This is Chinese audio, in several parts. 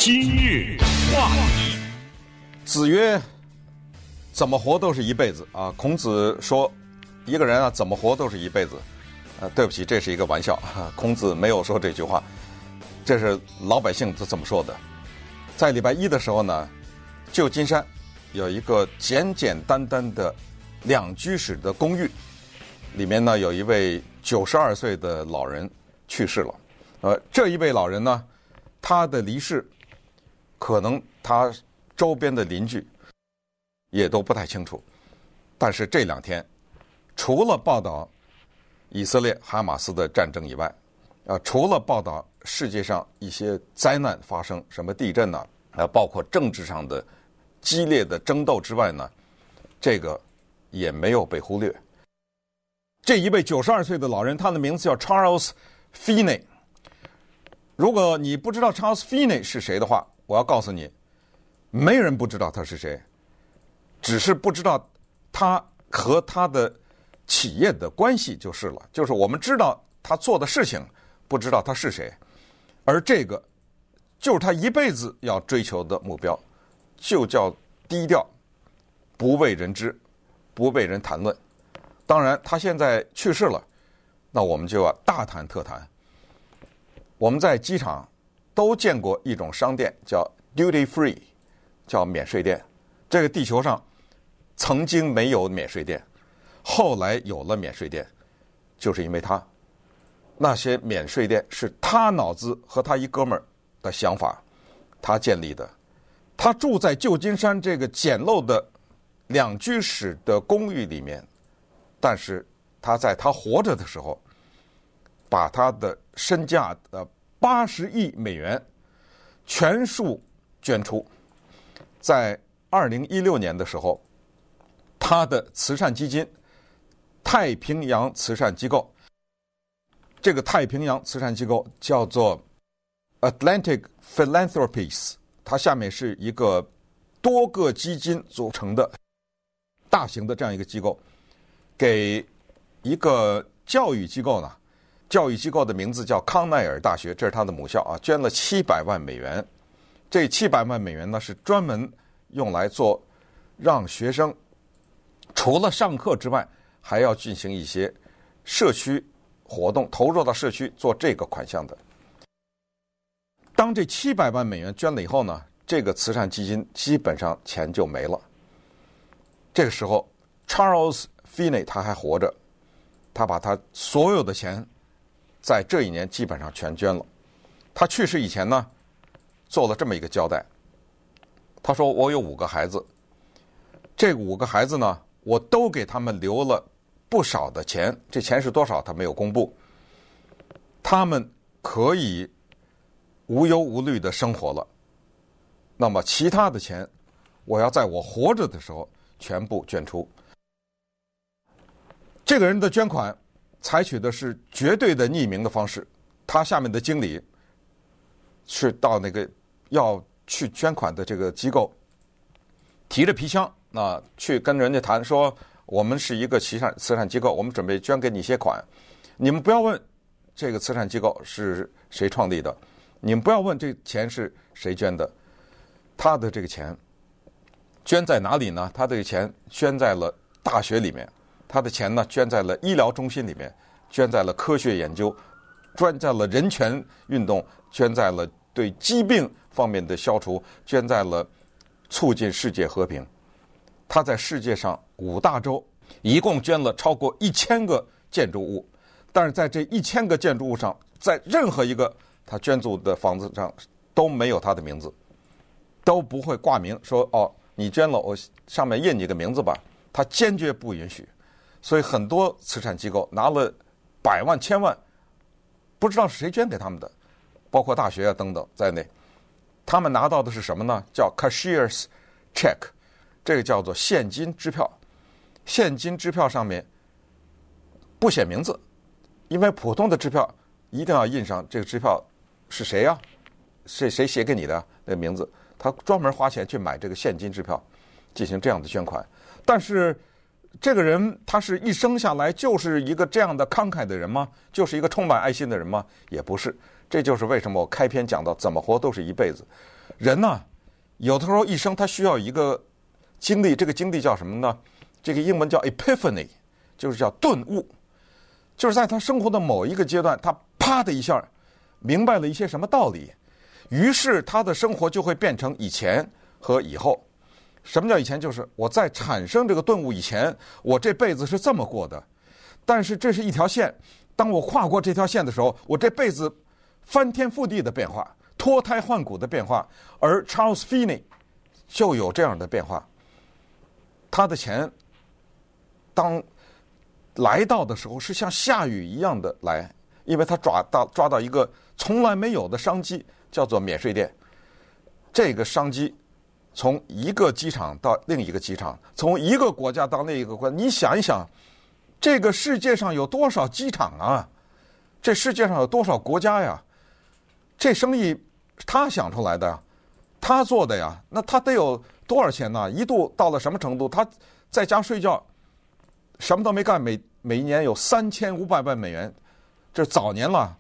今日话题。 子曰：“怎么活都是一辈子啊！”孔子说：“一个人啊，怎么活都是一辈子。”对不起，这是一个玩笑，孔子没有说这句话，这是老百姓都这么说的。在礼拜一的时候呢，旧金山有一个简简单单的2居室的公寓，里面呢有一位92岁的老人去世了。这一位老人呢，他的离世，可能他周边的邻居也都不太清楚。但是这2天，除了报道以色列哈马斯的战争以外，除了报道世界上一些灾难发生，什么地震呢，包括政治上的激烈的争斗之外呢，这个也没有被忽略。这一位92岁的老人，他的名字叫 Charles Finney。如果你不知道 Charles Finney 是谁的话，我要告诉你，没人不知道他是谁，只是不知道他和他的企业的关系就是了。就是我们知道他做的事情，不知道他是谁。而这个就是他一辈子要追求的目标，就叫低调，不为人知，不为人谈论。当然他现在去世了，那我们就要大谈特谈。我们在机场都见过一种商店叫 duty free， 叫免税店。这个地球上曾经没有免税店，后来有了免税店，就是因为他那些免税店是他脑子和他一哥们儿的想法，他建立的。他住在旧金山这个简陋的2居室的公寓里面，但是他在他活着的时候，把他的身价的80亿美元全数捐出。在2016年的时候，他的慈善基金太平洋慈善机构，这个太平洋慈善机构叫做 Atlantic Philanthropies， 它下面是一个多个基金组成的大型的这样一个机构，给一个教育机构呢，教育机构的名字叫康奈尔大学，这是它的母校啊，捐了700万美元。这700万美元呢，是专门用来做让学生除了上课之外，还要进行一些社区活动，投入到社区做这个款项的。当这700万美元捐了以后呢，这个慈善基金基本上钱就没了。这个时候 Charles Finney 他还活着，他把他所有的钱在这一年基本上全捐了。他去世以前呢，做了这么一个交代，他说：“我有5个孩子，这5个孩子呢，我都给他们留了不少的钱，这钱是多少他没有公布。他们可以无忧无虑的生活了。那么其他的钱，我要在我活着的时候全部捐出。”这个人的捐款采取的是绝对的匿名的方式，他下面的经理是到那个要去捐款的这个机构，提着皮箱去跟人家谈说，我们是一个慈善机构，我们准备捐给你一些款，你们不要问这个慈善机构是谁创立的，你们不要问这钱是谁捐的，他的这个钱捐在哪里呢？他这个钱捐在了大学里面，他的钱呢捐在了医疗中心里面，捐在了科学研究，捐在了人权运动，捐在了对疾病方面的消除，捐在了促进世界和平。他在世界上5大洲一共捐了超过1000个建筑物，但是在这1000个建筑物上，在任何一个他捐助的房子上都没有他的名字，都不会挂名说哦，你捐了，我上面印你个名字吧，他坚决不允许。所以很多慈善机构拿了100万、1000万，不知道是谁捐给他们的，包括大学啊等等在内，他们拿到的是什么呢？叫 cashier's check， 这个叫做现金支票。现金支票上面不写名字，因为普通的支票一定要印上这个支票是谁呀、是谁写给你的那个名字。他专门花钱去买这个现金支票，进行这样的捐款。但是这个人他是一生下来就是一个这样的慷慨的人吗？就是一个充满爱心的人吗？也不是。这就是为什么我开篇讲到怎么活都是一辈子。 人呢，有的时候一生他需要一个经历，这个经历叫什么呢？这个英文叫 epiphany， 就是叫顿悟，就是在他生活的某一个阶段，他啪的一下明白了一些什么道理，于是他的生活就会变成以前和以后。什么叫以前？就是我在产生这个顿悟以前，我这辈子是这么过的，但是这是一条线，当我跨过这条线的时候，我这辈子翻天覆地的变化，脱胎换骨的变化。而 Charles Finney 就有这样的变化，他的钱当来到的时候是像下雨一样的来，因为他抓到一个从来没有的商机，叫做免税店。这个商机从一个机场到另一个机场，从一个国家到另一个国家，你想一想，这个世界上有多少机场啊？这世界上有多少国家呀？这生意他想出来的，他做的呀，那他得有多少钱呢？一度到了什么程度？他在家睡觉，什么都没干，每一年有3500万美元，这早年了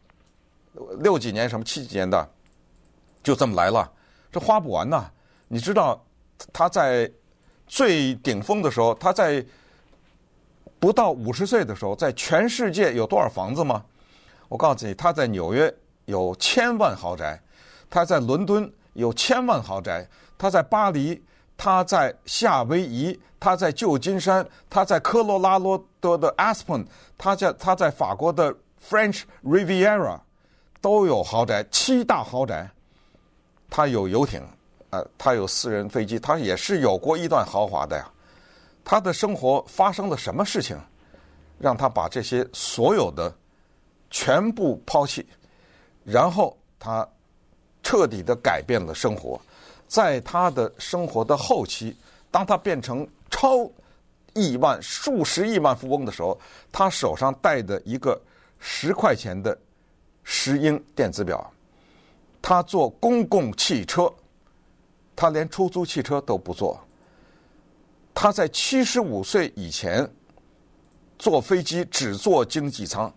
，60几年什么70几年的，就这么来了，这花不完呐。你知道他在最顶峰的时候，他在不到50岁的时候，在全世界有多少房子吗？我告诉你，他在纽约有1000万豪宅，他在伦敦有1000万豪宅，他在巴黎，他在夏威夷，他在旧金山，他在科罗拉多的 Aspen， 他在法国的 French Riviera 都有豪宅，7大豪宅。他有游艇，他有私人飞机，他也是有过一段豪华的呀。他的生活发生了什么事情，让他把这些所有的全部抛弃，然后他彻底的改变了生活。在他的生活的后期，当他变成超亿万、数十亿万富翁的时候，他手上戴的一个10块钱的石英电子表，他坐公共汽车，他连出租汽车都不坐。他在75岁以前坐飞机只坐经济舱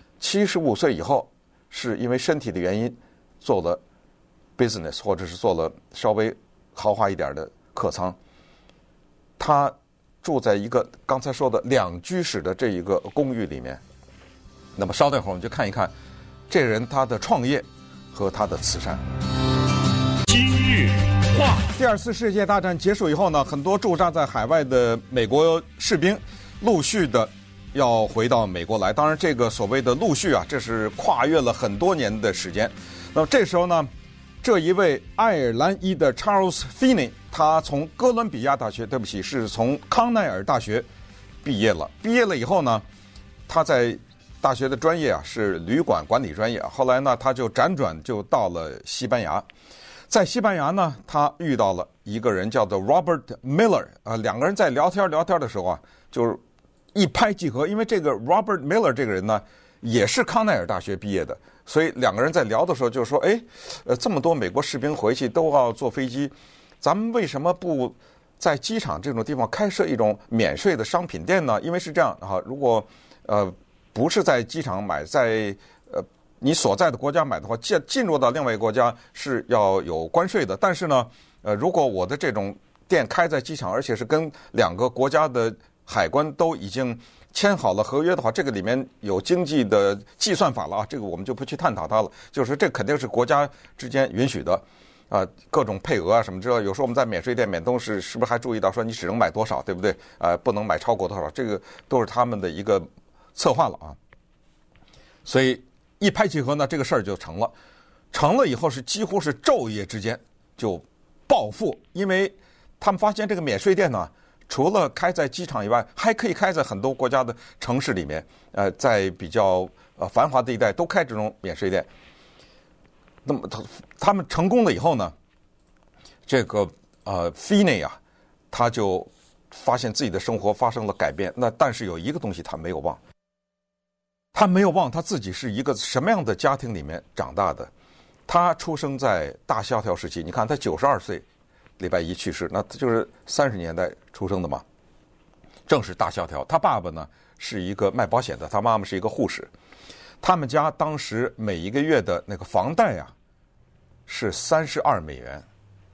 ，75岁以后是因为身体的原因做了 business， 或者是做了稍微豪华一点的客舱。他住在一个刚才说的2居室的这一个公寓里面。那么稍等会儿我们就看一看这个人他的创业和他的慈善。 今日话第2次世界大战结束以后呢，很多驻扎在海外的美国士兵陆续的要回到美国来。当然这个所谓的陆续啊，这是跨越了很多年的时间。那么这时候呢，这一位爱尔兰裔的 Charles Finney， 他从哥伦比亚大学，对不起，是从康奈尔大学毕业了。毕业了以后呢，他在大学的专业啊是旅馆管理专业。后来呢，他就辗转就到了西班牙。在西班牙呢，他遇到了一个人叫做 Robert Miller， 两个人在聊天的时候啊，就是一拍即合。因为这个 Robert Miller 这个人呢，也是康奈尔大学毕业的，所以两个人在聊的时候就说，这么多美国士兵回去都要坐飞机，咱们为什么不在机场这种地方开设一种免税的商品店呢？因为是这样啊，如果不是在机场买，在你所在的国家买的话，进入到另外一个国家是要有关税的。但是呢，如果我的这种店开在机场，而且是跟2个国家的海关都已经签好了合约的话，这个里面有经济的计算法了啊，这个我们就不去探讨它了。就是这肯定是国家之间允许的各种配额啊什么之类。有时候我们在免税店免东西，是不是还注意到说你只能买多少，对不对？不能买超过多少，这个都是他们的一个策划了啊。所以一拍即合呢，这个事儿就成了。成了以后是几乎是昼夜之间就暴富，因为他们发现这个免税店呢，除了开在机场以外，还可以开在很多国家的城市里面，在比较繁华的地带都开这种免税店。那么他们成功了以后呢，这个Finney 啊，他就发现自己的生活发生了改变。那但是有一个东西他没有忘。他没有忘他自己是一个什么样的家庭里面长大的。他出生在大萧条时期，你看他92岁，礼拜一去世，那他就是30年代出生的嘛，正是大萧条。他爸爸呢是一个卖保险的，他妈妈是一个护士。他们家当时每一个月的那个房贷啊是32美元，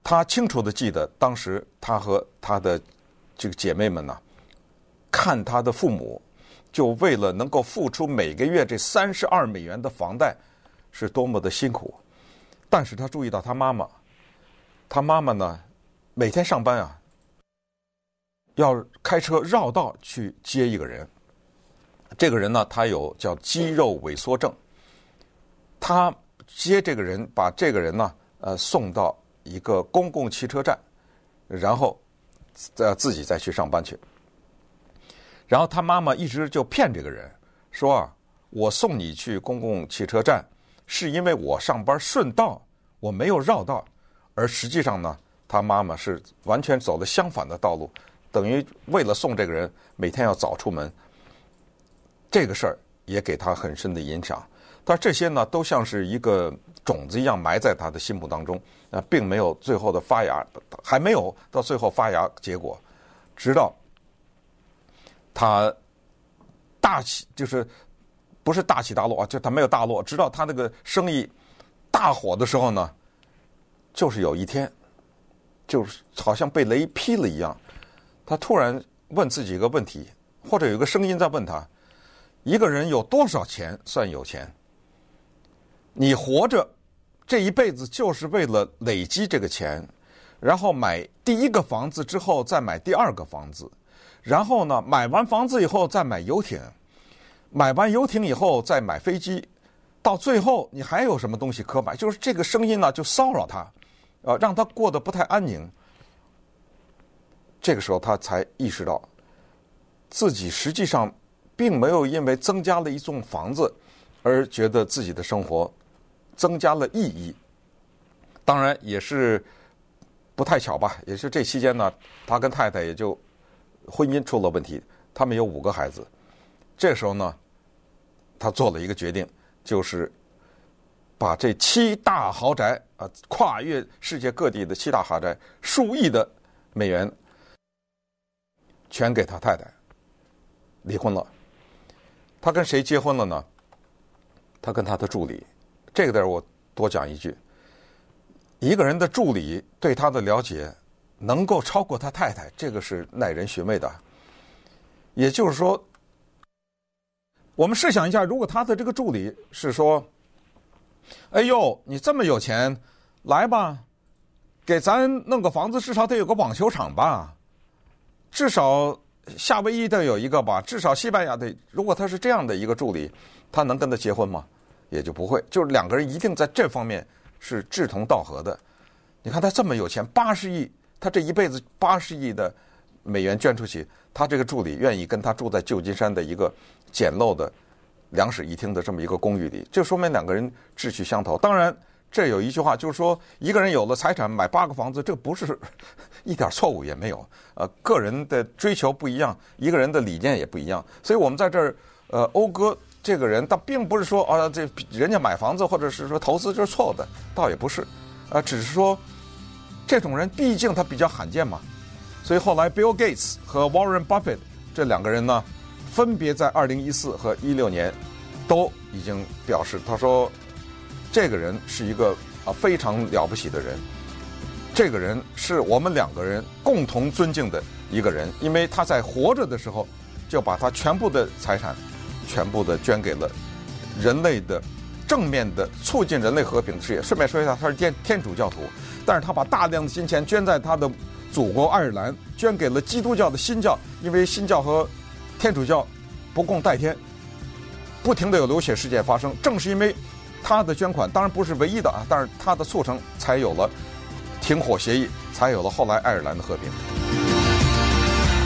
他清楚地记得，当时他和他的这个姐妹们呢，看他的父母，就为了能够付出每个月这32美元的房贷，是多么的辛苦。但是他注意到他妈妈呢，每天上班啊，要开车绕道去接一个人。这个人呢，他有叫肌肉萎缩症，他接这个人，把这个人呢，送到一个公共汽车站，然后自己再去上班去。然后他妈妈一直就骗这个人说啊，我送你去公共汽车站是因为我上班顺道，我没有绕道。而实际上呢，他妈妈是完全走了相反的道路，等于为了送这个人每天要早出门。这个事儿也给他很深的影响，但这些呢都像是一个种子一样埋在他的心目当中，并没有最后的发芽，还没有到最后发芽结果，直到他大起，就是不是大起大落啊，就他没有大落，直到他那个生意大火的时候呢，就是有一天，就是好像被雷劈了一样，他突然问自己一个问题，或者有一个声音在问他，一个人有多少钱算有钱？你活着这一辈子就是为了累积这个钱，然后买第一个房子之后再买第二个房子，然后呢买完房子以后再买游艇，买完游艇以后再买飞机，到最后你还有什么东西可买？就是这个声音呢就骚扰他，让他过得不太安宁。这个时候他才意识到，自己实际上并没有因为增加了一栋房子而觉得自己的生活增加了意义。当然也是不太巧吧，也是这期间呢，他跟太太也就婚姻出了问题，他们有5个孩子。这时候呢，他做了一个决定，就是把这7大豪宅跨越世界各地的7大豪宅，数亿的美元，全给他太太，离婚了。他跟谁结婚了呢？他跟他的助理。这个地儿我多讲一句，一个人的助理对他的了解能够超过他太太，这个是耐人寻味的。也就是说，我们试想一下，如果他的这个助理是说，哎呦，你这么有钱，来吧，给咱弄个房子，至少得有个网球场吧，至少夏威夷得有一个吧，至少西班牙得。如果他是这样的一个助理，他能跟他结婚吗？也就不会。就是两个人一定在这方面是志同道合的。你看他这么有钱，80亿，他这一辈子80亿的美元捐出去，他这个助理愿意跟他住在旧金山的一个简陋的2室1厅的这么一个公寓里，这说明两个人志趣相投。当然这有一句话，就是说一个人有了财产买8个房子，这不是一点错误也没有。个人的追求不一样，一个人的理念也不一样。所以我们在这儿讴歌这个人，但并不是说这人家买房子或者是说投资就是错的，倒也不是。只是说这种人毕竟他比较罕见嘛。所以后来 Bill Gates 和 Warren Buffett 这两个人呢，分别在2014和16年都已经表示，他说这个人是一个非常了不起的人，这个人是我们2个人共同尊敬的一个人，因为他在活着的时候就把他全部的财产全部的捐给了人类的正面的促进人类和平的事业。顺便说一下，他是天主教徒，但是他把大量的金钱捐在他的祖国爱尔兰，捐给了基督教的新教，因为新教和天主教不共戴天，不停的有流血事件发生。正是因为他的捐款，当然不是唯一的但是他的促成才有了停火协议，才有了后来爱尔兰的和平。